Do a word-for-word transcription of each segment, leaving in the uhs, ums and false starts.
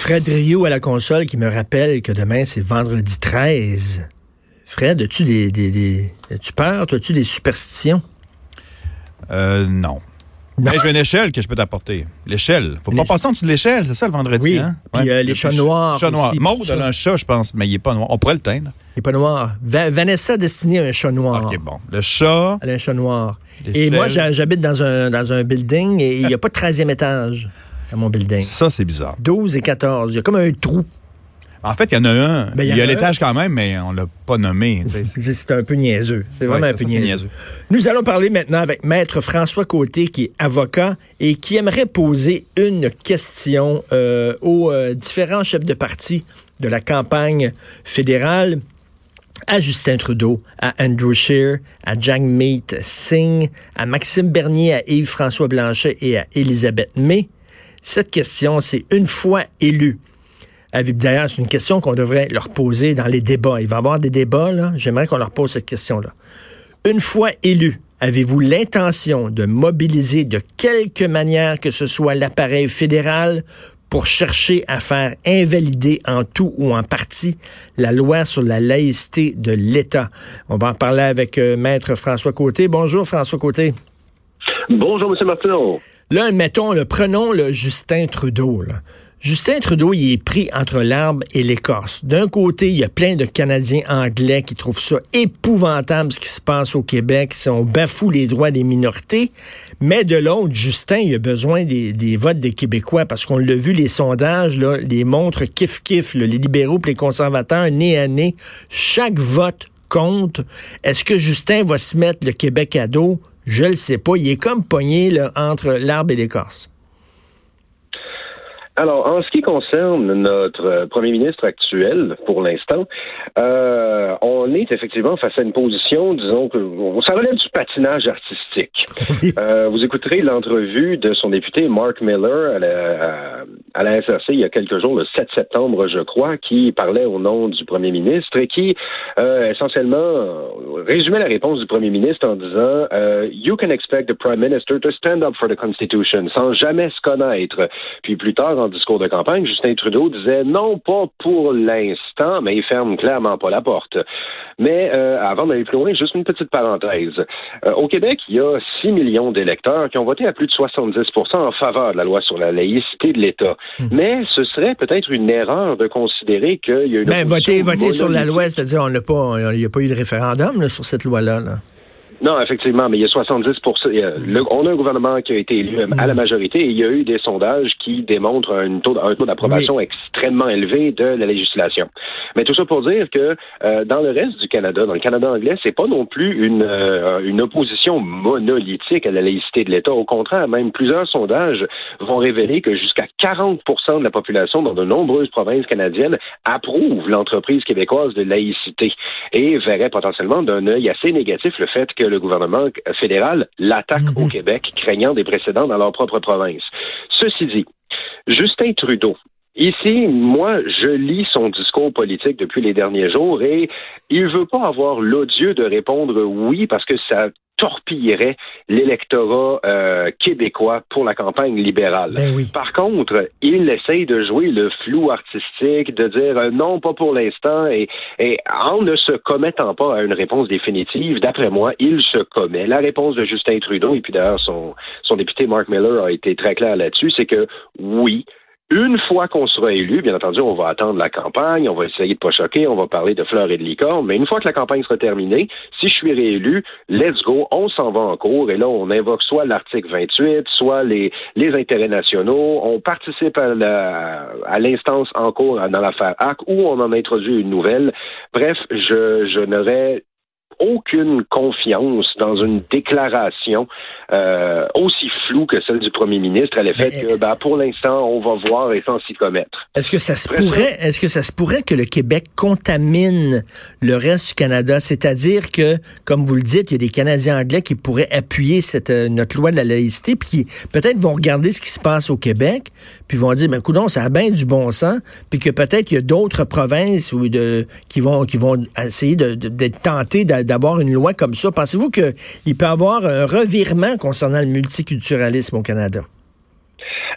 Fred Rioux à la console qui me rappelle que demain, c'est vendredi treize. Fred, as-tu des, des, des as-tu peur? As-tu des superstitions? Euh, non. Non. Mais j'ai une échelle que je peux t'apporter. L'échelle. Faut Les... pas passer en dessous de l'échelle, c'est ça le vendredi, oui. hein? Puis ouais. euh, les chats noirs. Chat noir. Aussi, Maud, elle a un chat, je pense, mais il est pas noir. On pourrait le teindre. Il n'est pas noir. Va- Vanessa a destiné un chat noir. OK, bon. Le chat. Elle a un chat noir. L'échelle. Et moi, j'habite dans un, dans un building et il n'y a pas de treizième étage à mon building. Ça, c'est bizarre. douze et quatorze. Il y a comme un trou. En fait, il y en a un. Ben, il y y a a l'étage quand même, mais on l'a pas nommé. C'est un peu niaiseux. C'est vraiment ouais, un peu ça, niaiseux. niaiseux. Nous allons parler maintenant avec Maître François Côté, qui est avocat et qui aimerait poser une question euh, aux euh, différents chefs de parti de la campagne fédérale, à Justin Trudeau, à Andrew Scheer, à Jagmeet Singh, à Maxime Bernier, à Yves-François Blanchet et à Elisabeth May. Cette question, c'est une fois élu. D'ailleurs, c'est une question qu'on devrait leur poser dans les débats. Il va y avoir des débats, là. J'aimerais qu'on leur pose cette question-là. Une fois élu, avez-vous l'intention de mobiliser de quelque manière que ce soit l'appareil fédéral pour chercher à faire invalider en tout ou en partie la loi sur la laïcité de l'État? On va en parler avec euh, Maître François Côté. Bonjour, François Côté. Bonjour, M. Martineau. Là, mettons, le, prenons le Justin Trudeau, là. Justin Trudeau, il est pris entre l'arbre et l'écorce. D'un côté, il y a plein de Canadiens anglais qui trouvent ça épouvantable ce qui se passe au Québec, si on bafoue les droits des minorités. Mais de l'autre, Justin, il a besoin des, des votes des Québécois parce qu'on l'a vu, les sondages, là, les montrent kiff-kiff, là, les libéraux et les conservateurs, nez à nez. Chaque vote compte. Est-ce que Justin va se mettre le Québec à dos? Je le sais pas. Il est comme pogné là, entre l'arbre et l'écorce. Alors, en ce qui concerne notre premier ministre actuel, pour l'instant, euh, on est effectivement face à une position, disons, que ça relève du patinage artistique. euh, vous écouterez l'entrevue de son député Mark Miller à la, à la S R C il y a quelques jours, le sept septembre, je crois, qui parlait au nom du premier ministre et qui, euh, essentiellement, résumait la réponse du premier ministre en disant euh, « You can expect the prime minister to stand up for the Constitution », sans jamais se connaître. Puis plus tard, en discours de campagne, Justin Trudeau disait non, pas pour l'instant, mais il ferme clairement pas la porte. Mais euh, avant d'aller plus loin, juste une petite parenthèse. Euh, au Québec, il y a six millions d'électeurs qui ont voté à plus de soixante-dix pour cent en faveur de la loi sur la laïcité de l'État. Mmh. Mais ce serait peut-être une erreur de considérer qu'il y a une... Ben, voter, voter sur la loi, c'est-à-dire on n'a pas, il n'y a pas eu de référendum là, sur cette loi-là, là. Non, effectivement, mais il y a soixante-dix pour cent. Le, on a un gouvernement qui a été élu à la majorité et il y a eu des sondages qui démontrent un taux, un taux d'approbation oui. extrêmement élevé de la législation. Mais tout ça pour dire que euh, dans le reste du Canada, dans le Canada anglais, c'est pas non plus une, euh, une opposition monolithique à la laïcité de l'État. Au contraire, même plusieurs sondages vont révéler que jusqu'à quarante pour cent de la population dans de nombreuses provinces canadiennes approuve l'entreprise québécoise de laïcité et verrait potentiellement d'un œil assez négatif le fait que le gouvernement fédéral l'attaque mmh. au Québec, craignant des précédents dans leur propre province. Ceci dit, Justin Trudeau, ici, moi, je lis son discours politique depuis les derniers jours et il veut pas avoir l'odieux de répondre oui parce que ça torpillerait l'électorat euh, québécois pour la campagne libérale. Ben oui. Par contre, il essaye de jouer le flou artistique, de dire euh, non, pas pour l'instant, et, et en ne se commettant pas à une réponse définitive, d'après moi, il se commet. La réponse de Justin Trudeau, et puis d'ailleurs son, son député Mark Miller a été très clair là-dessus, c'est que oui, une fois qu'on sera élu, bien entendu, on va attendre la campagne, on va essayer de pas choquer, on va parler de fleurs et de licorne, mais une fois que la campagne sera terminée, si je suis réélu, let's go, on s'en va en cours, et là, on invoque soit l'article vingt-huit, soit les, les intérêts nationaux, on participe à, la, à l'instance en cours dans l'affaire H A C, ou on en introduit une nouvelle. Bref, je, je n'aurais aucune confiance dans une déclaration euh, aussi floue que celle du premier ministre à l'effet que, ben, pour l'instant, on va voir et sans s'y commettre. Est-ce que ça se Bref, pourrait, est-ce que ça se pourrait que le Québec contamine le reste du Canada? C'est-à-dire que, comme vous le dites, il y a des Canadiens anglais qui pourraient appuyer cette, euh, notre loi de la laïcité, puis qui peut-être vont regarder ce qui se passe au Québec, puis vont dire, ben, coudonc, ça a bien du bon sens, puis que peut-être il y a d'autres provinces où de, qui vont, qui vont essayer de, de, d'être tentés d'avoir une loi comme ça. Pensez-vous qu'il peut y avoir un revirement concernant le multiculturalisme au Canada?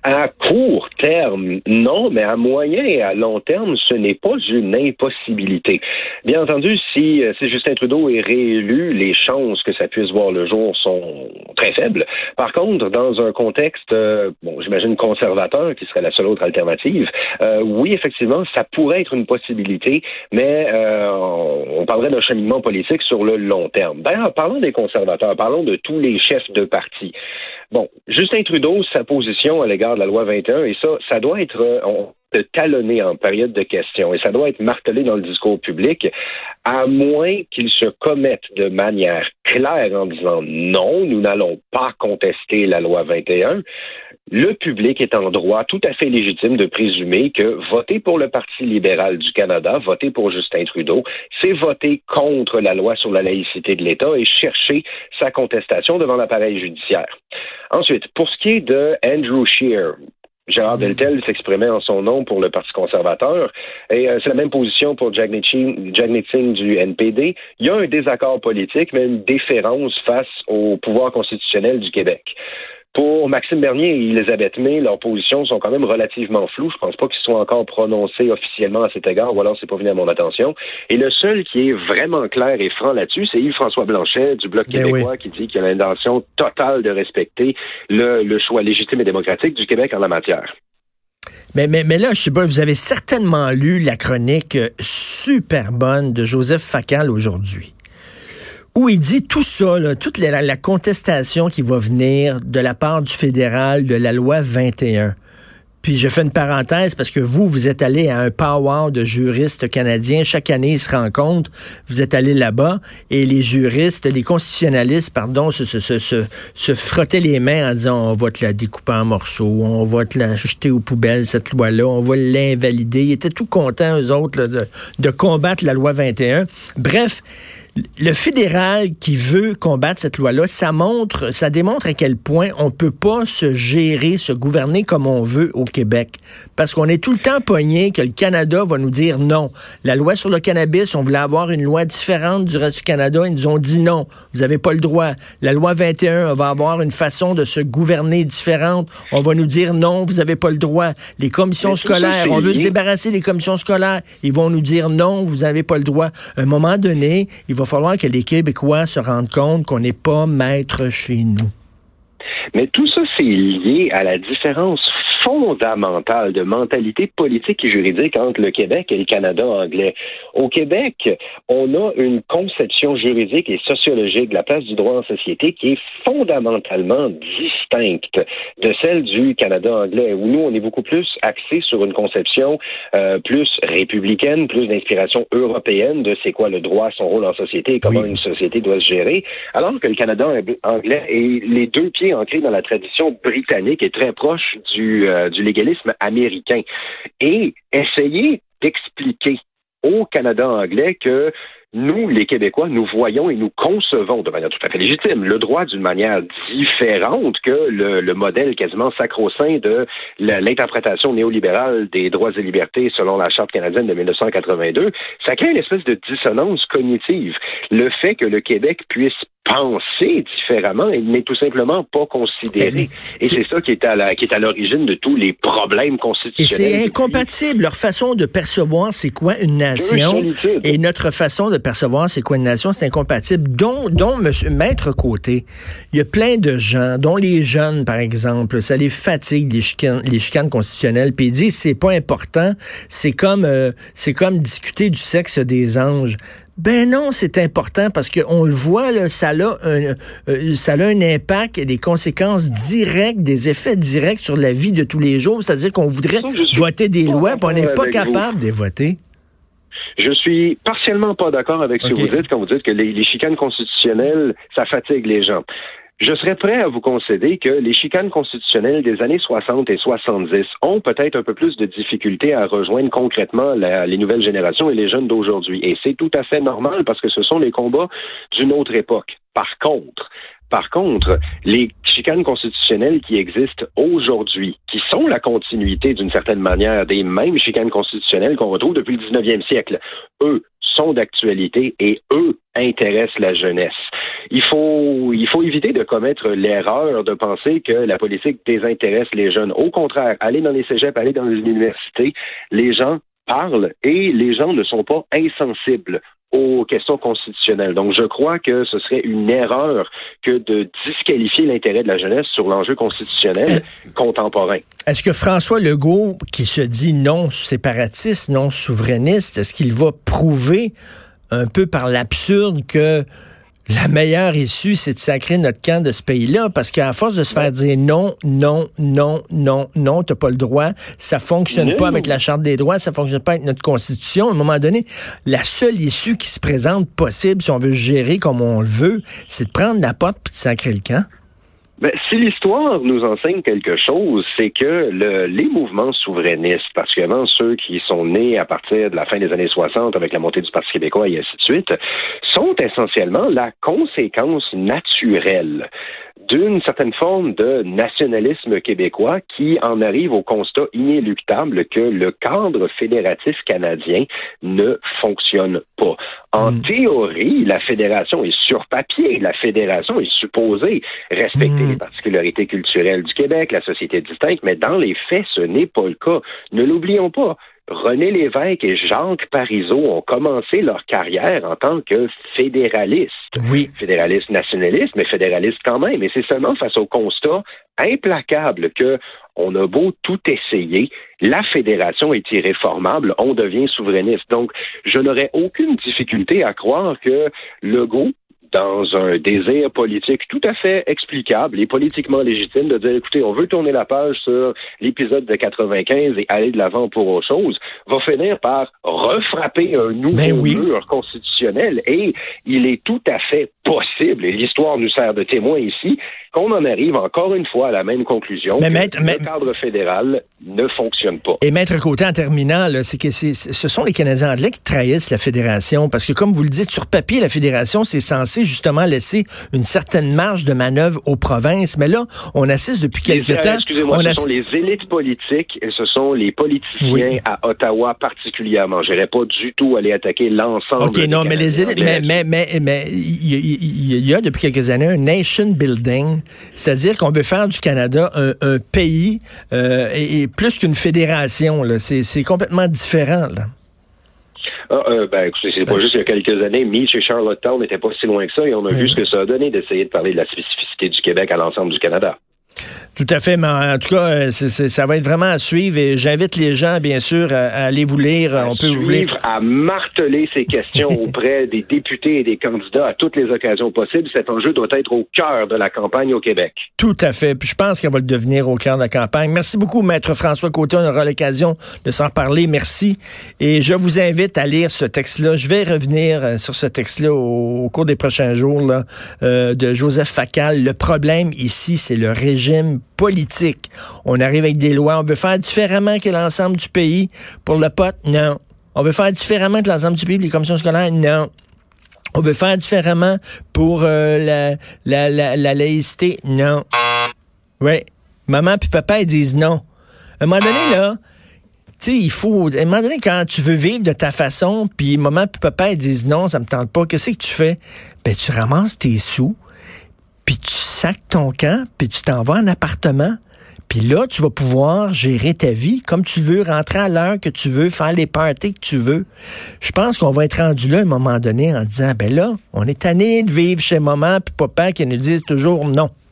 À court terme, non, mais à moyen et à long terme, ce n'est pas une impossibilité. Bien entendu, si, si Justin Trudeau est réélu, les chances que ça puisse voir le jour sont très faibles. Par contre, dans un contexte, euh, bon, j'imagine conservateur, qui serait la seule autre alternative, euh, oui, effectivement, ça pourrait être une possibilité, mais euh, on parlerait d'un cheminement politique sur le long terme. D'ailleurs, parlons des conservateurs, parlons de tous les chefs de parti. Bon, Justin Trudeau, sa position à l'égard de la loi vingt et un, et ça, ça doit être euh, on, de talonner en période de questions, et ça doit être martelé dans le discours public, à moins qu'il se commette de manière claire en disant non, nous n'allons pas contester la loi vingt et un. Le public est en droit tout à fait légitime de présumer que voter pour le Parti libéral du Canada, voter pour Justin Trudeau, c'est voter contre la loi sur la laïcité de l'État et chercher sa contestation devant l'appareil judiciaire. Ensuite, pour ce qui est de Andrew Scheer, Gérard Deltel s'exprimait en son nom pour le Parti conservateur, et euh, c'est la même position pour Jagmeet Singh du N P D. Il y a un désaccord politique, mais une déférence face au pouvoir constitutionnel du Québec. Pour Maxime Bernier et Elisabeth May, leurs positions sont quand même relativement floues. Je pense pas qu'ils soient encore prononcés officiellement à cet égard, ou alors c'est pas venu à mon attention. Et le seul qui est vraiment clair et franc là-dessus, c'est Yves-François Blanchet du Bloc Mais québécois oui. qui dit qu'il a l'intention totale de respecter le, le choix légitime et démocratique du Québec en la matière. Mais, mais, mais là, je sais pas, vous avez certainement lu la chronique super bonne de Joseph Facal aujourd'hui, où il dit tout ça, là, toute la, la contestation qui va venir de la part du fédéral de la loi vingt et un. Puis je fais une parenthèse parce que vous, vous êtes allé à un powwow de juristes canadiens. Chaque année, ils se rencontrent. Vous êtes allé là-bas et les juristes, les constitutionnalistes, pardon, se, se, se, se, se frottaient les mains en disant on va te la découper en morceaux, on va te la jeter aux poubelles, cette loi-là, on va l'invalider. Ils étaient tout contents, eux autres, là, de, de combattre la loi vingt et un. Bref, le fédéral qui veut combattre cette loi-là, ça montre, ça démontre à quel point on peut pas se gérer, se gouverner comme on veut au Québec. Parce qu'on est tout le temps pogné que le Canada va nous dire non. La loi sur le cannabis, on voulait avoir une loi différente du reste du Canada. Ils nous ont dit non. Vous avez pas le droit. La loi vingt et un, on va avoir une façon de se gouverner différente. On va nous dire non, vous avez pas le droit. Les commissions Mais scolaires, ça, on veut lié. se débarrasser des commissions scolaires. Ils vont nous dire non, vous avez pas le droit. À un moment donné, il va falloir que les Québécois se rendent compte qu'on n'est pas maître chez nous. Mais tout ça, c'est lié à la différence fondamentale de mentalité politique et juridique entre le Québec et le Canada anglais. Au Québec, on a une conception juridique et sociologique de la place du droit en société qui est fondamentalement distincte de celle du Canada anglais, où nous, on est beaucoup plus axé sur une conception euh, plus républicaine, plus d'inspiration européenne de c'est quoi le droit, son rôle en société et comment oui. une société doit se gérer, alors que le Canada anglais est les deux pieds ancrés dans la tradition britannique et très proche du Euh, du légalisme américain. Et essayer d'expliquer au Canada anglais que nous, les Québécois, nous voyons et nous concevons de manière tout à fait légitime le droit d'une manière différente que le, le modèle quasiment sacro-saint de la, l'interprétation néolibérale des droits et libertés selon la Charte canadienne de dix-neuf cent quatre-vingt-deux. Ça crée une espèce de dissonance cognitive. Le fait que le Québec puisse penser différemment et n'est tout simplement pas considéré. Et c'est, c'est ça qui est à la, qui est à l'origine de tous les problèmes constitutionnels. Et c'est incompatible. Leur façon de percevoir c'est quoi une nation et notre façon de percevoir c'est quoi une nation, c'est incompatible. Dont, dont monsieur, Maître Côté, il y a plein de gens, dont les jeunes, par exemple, ça les fatigue, les chicanes, les chicanes constitutionnelles, puis ils disent c'est pas important, c'est comme, euh, c'est comme discuter du sexe des anges. Ben non, c'est important parce qu'on le voit, là, ça a un, euh, ça a un impact et des conséquences directes, des effets directs sur la vie de tous les jours. C'est-à-dire qu'on voudrait voter des lois, puis on n'est pas capable de les voter. Je suis partiellement pas d'accord avec ce okay. que vous dites quand vous dites que les, les chicanes constitutionnelles, ça fatigue les gens. Je serais prêt à vous concéder que les chicanes constitutionnelles des années soixante et soixante-dix ont peut-être un peu plus de difficultés à rejoindre concrètement la, les nouvelles générations et les jeunes d'aujourd'hui. Et c'est tout à fait normal parce que ce sont les combats d'une autre époque. Par contre, Par contre, les chicanes constitutionnelles qui existent aujourd'hui, qui sont la continuité d'une certaine manière des mêmes chicanes constitutionnelles qu'on retrouve depuis le dix-neuvième siècle, eux, sont d'actualité et eux intéressent la jeunesse. Il faut, il faut éviter de commettre l'erreur de penser que la politique désintéresse les jeunes. Au contraire, aller dans les cégeps, aller dans les universités, les gens parlent et les gens ne sont pas insensibles aux questions constitutionnelles. Donc, je crois que ce serait une erreur que de disqualifier l'intérêt de la jeunesse sur l'enjeu constitutionnel euh, contemporain. Est-ce que François Legault, qui se dit non séparatiste, non souverainiste, est-ce qu'il va prouver un peu par l'absurde que la meilleure issue, c'est de sacrer notre camp de ce pays-là? Parce qu'à force de se faire dire non, non, non, non, non, t'as pas le droit, ça fonctionne non. pas avec la Charte des droits, ça fonctionne pas avec notre Constitution. À un moment donné, la seule issue qui se présente possible, si on veut gérer comme on le veut, c'est de prendre la porte puis de sacrer le camp. Ben, si l'histoire nous enseigne quelque chose, c'est que le, les mouvements souverainistes, particulièrement ceux qui sont nés à partir de la fin des années soixante avec la montée du Parti québécois et ainsi de suite, sont essentiellement la conséquence naturelle d'une certaine forme de nationalisme québécois qui en arrive au constat inéluctable que le cadre fédératif canadien ne fonctionne pas. En mmh. théorie, la fédération est sur papier, la fédération est supposée respecter mmh. les particularités culturelles du Québec, la société distincte, mais dans les faits, ce n'est pas le cas. Ne l'oublions pas. René Lévesque et Jacques Parizeau ont commencé leur carrière en tant que fédéralistes. Oui. Fédéralistes nationalistes, mais fédéralistes quand même. Et c'est seulement face au constat implacable que on a beau tout essayer, la fédération est irréformable, on devient souverainiste. Donc, je n'aurais aucune difficulté à croire que Legault, dans un désir politique tout à fait explicable et politiquement légitime de dire, écoutez, on veut tourner la page sur l'épisode de quatre-vingt-quinze et aller de l'avant pour autre chose, va finir par refrapper un nouveau oui. mur constitutionnel. Et il est tout à fait possible, et l'histoire nous sert de témoin ici, qu'on en arrive encore une fois à la même conclusion. Mais que maître, le mais... cadre fédéral ne fonctionne pas. Et Maître Côté, en terminant, là, c'est que c'est, ce sont les Canadiens anglais qui trahissent la fédération, parce que comme vous le dites, sur papier, la fédération, c'est censé justement laisser une certaine marge de manœuvre aux provinces. Mais là, on assiste depuis quelque les, temps... Excusez-moi, on ce ass... sont les élites politiques et ce sont les politiciens oui. à Ottawa particulièrement. Je n'irais pas du tout aller attaquer l'ensemble OK, des non, mais les élites... Mais, mais, mais, mais il y, y, y a depuis quelques années un nation building, c'est-à-dire qu'on veut faire du Canada un, un pays euh, et, et plus qu'une fédération. Là. C'est, c'est complètement différent. Là. Ah, euh, ben, écoutez, c'est pas juste il y a quelques années, Meach et Charlottetown n'étaient pas si loin que ça et on a oui. vu ce que ça a donné d'essayer de parler de la spécificité du Québec à l'ensemble du Canada. Tout à fait, mais en tout cas, c'est, c'est, ça va être vraiment à suivre et j'invite les gens, bien sûr, à, à aller vous lire. À On peut suivre, vous lire. À marteler ces questions auprès des députés et des candidats à toutes les occasions possibles. Cet enjeu doit être au cœur de la campagne au Québec. Tout à fait. Puis je pense qu'elle va le devenir au cœur de la campagne. Merci beaucoup, Maître François Côté. On aura l'occasion de s'en reparler. Merci. Et je vous invite à lire ce texte-là. Je vais revenir sur ce texte-là au, au cours des prochains jours là, euh, de Joseph Facal. Le problème ici, c'est le régime politique. On arrive avec des lois. On veut faire différemment que l'ensemble du pays. Pour le pot, non. On veut faire différemment que l'ensemble du pays. Les commissions scolaires, non. On veut faire différemment pour euh, la, la, la, la laïcité, non. Oui. Maman puis papa, ils disent non. À un moment donné, là, tu sais, il faut... À un moment donné, quand tu veux vivre de ta façon, puis maman puis papa, ils disent non, ça me tente pas, qu'est-ce que tu fais? Ben, tu ramasses tes sous, puis tu sacs ton camp, puis tu t'en vas en appartement. Puis là, tu vas pouvoir gérer ta vie comme tu veux, rentrer à l'heure que tu veux, faire les parties que tu veux. Je pense qu'on va être rendu là à un moment donné en disant, ben là, on est tanné de vivre chez maman puis papa qui nous disent toujours non.